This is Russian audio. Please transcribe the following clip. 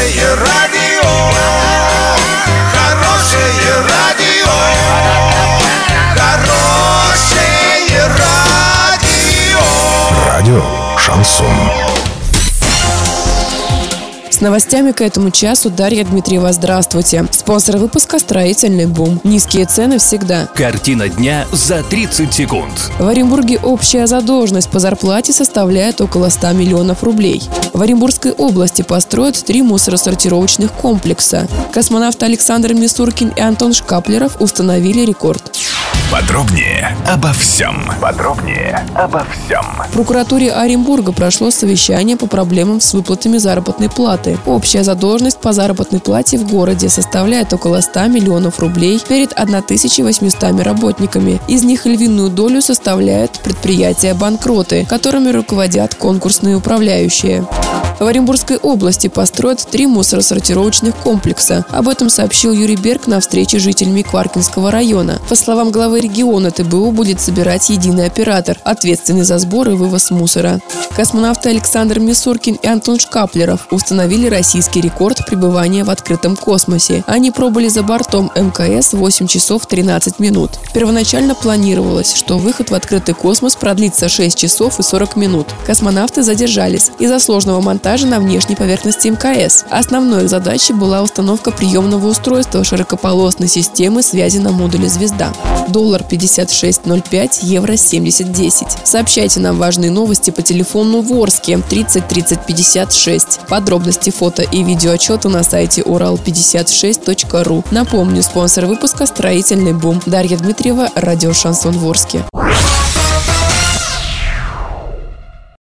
Хорошее радио, хорошее радио, хорошее радио. Радио Шансон. С новостями к этому часу Дарья Дмитриева. Здравствуйте. Спонсор выпуска «Строительный бум». Низкие цены всегда. Картина дня за 30 секунд. В Оренбурге общая задолженность по зарплате составляет около 100 миллионов рублей. В Оренбургской области построят 3 мусоросортировочных комплекса. Космонавты Александр Мисуркин и Антон Шкаплеров установили рекорд. Подробнее обо всем. В прокуратуре Оренбурга прошло совещание по проблемам с выплатами заработной платы. Общая задолженность по заработной плате в городе составляет около 100 миллионов рублей перед 1800 работниками. Из них львиную долю составляют предприятия-банкроты, которыми руководят конкурсные управляющие. В Оренбургской области построят 3 мусоросортировочных комплекса. Об этом сообщил Юрий Берг на встрече с жителями Кваркинского района. По словам главы региона, ТБУ будет собирать единый оператор, ответственный за сбор и вывоз мусора. Космонавты Александр Мисуркин и Антон Шкаплеров установили российский рекорд пребывания в открытом космосе. Они пробыли за бортом МКС 8 часов 13 минут. Первоначально планировалось, что выход в открытый космос продлится 6 часов и 40 минут. Космонавты задержались из-за сложного монтажа на внешней поверхности МКС. Основной их задачей была установка приемного устройства широкополосной системы связи на модуле «Звезда». Доллар 56.05, евро 70.10. Сообщайте нам важные новости по телефону Ворске 30 30 56. Подробности, фото и видеоотчеты на сайте ural56.ru. Напомню, спонсор выпуска «Строительный бум». Дарья Дмитриева, радио «Шансон Ворске».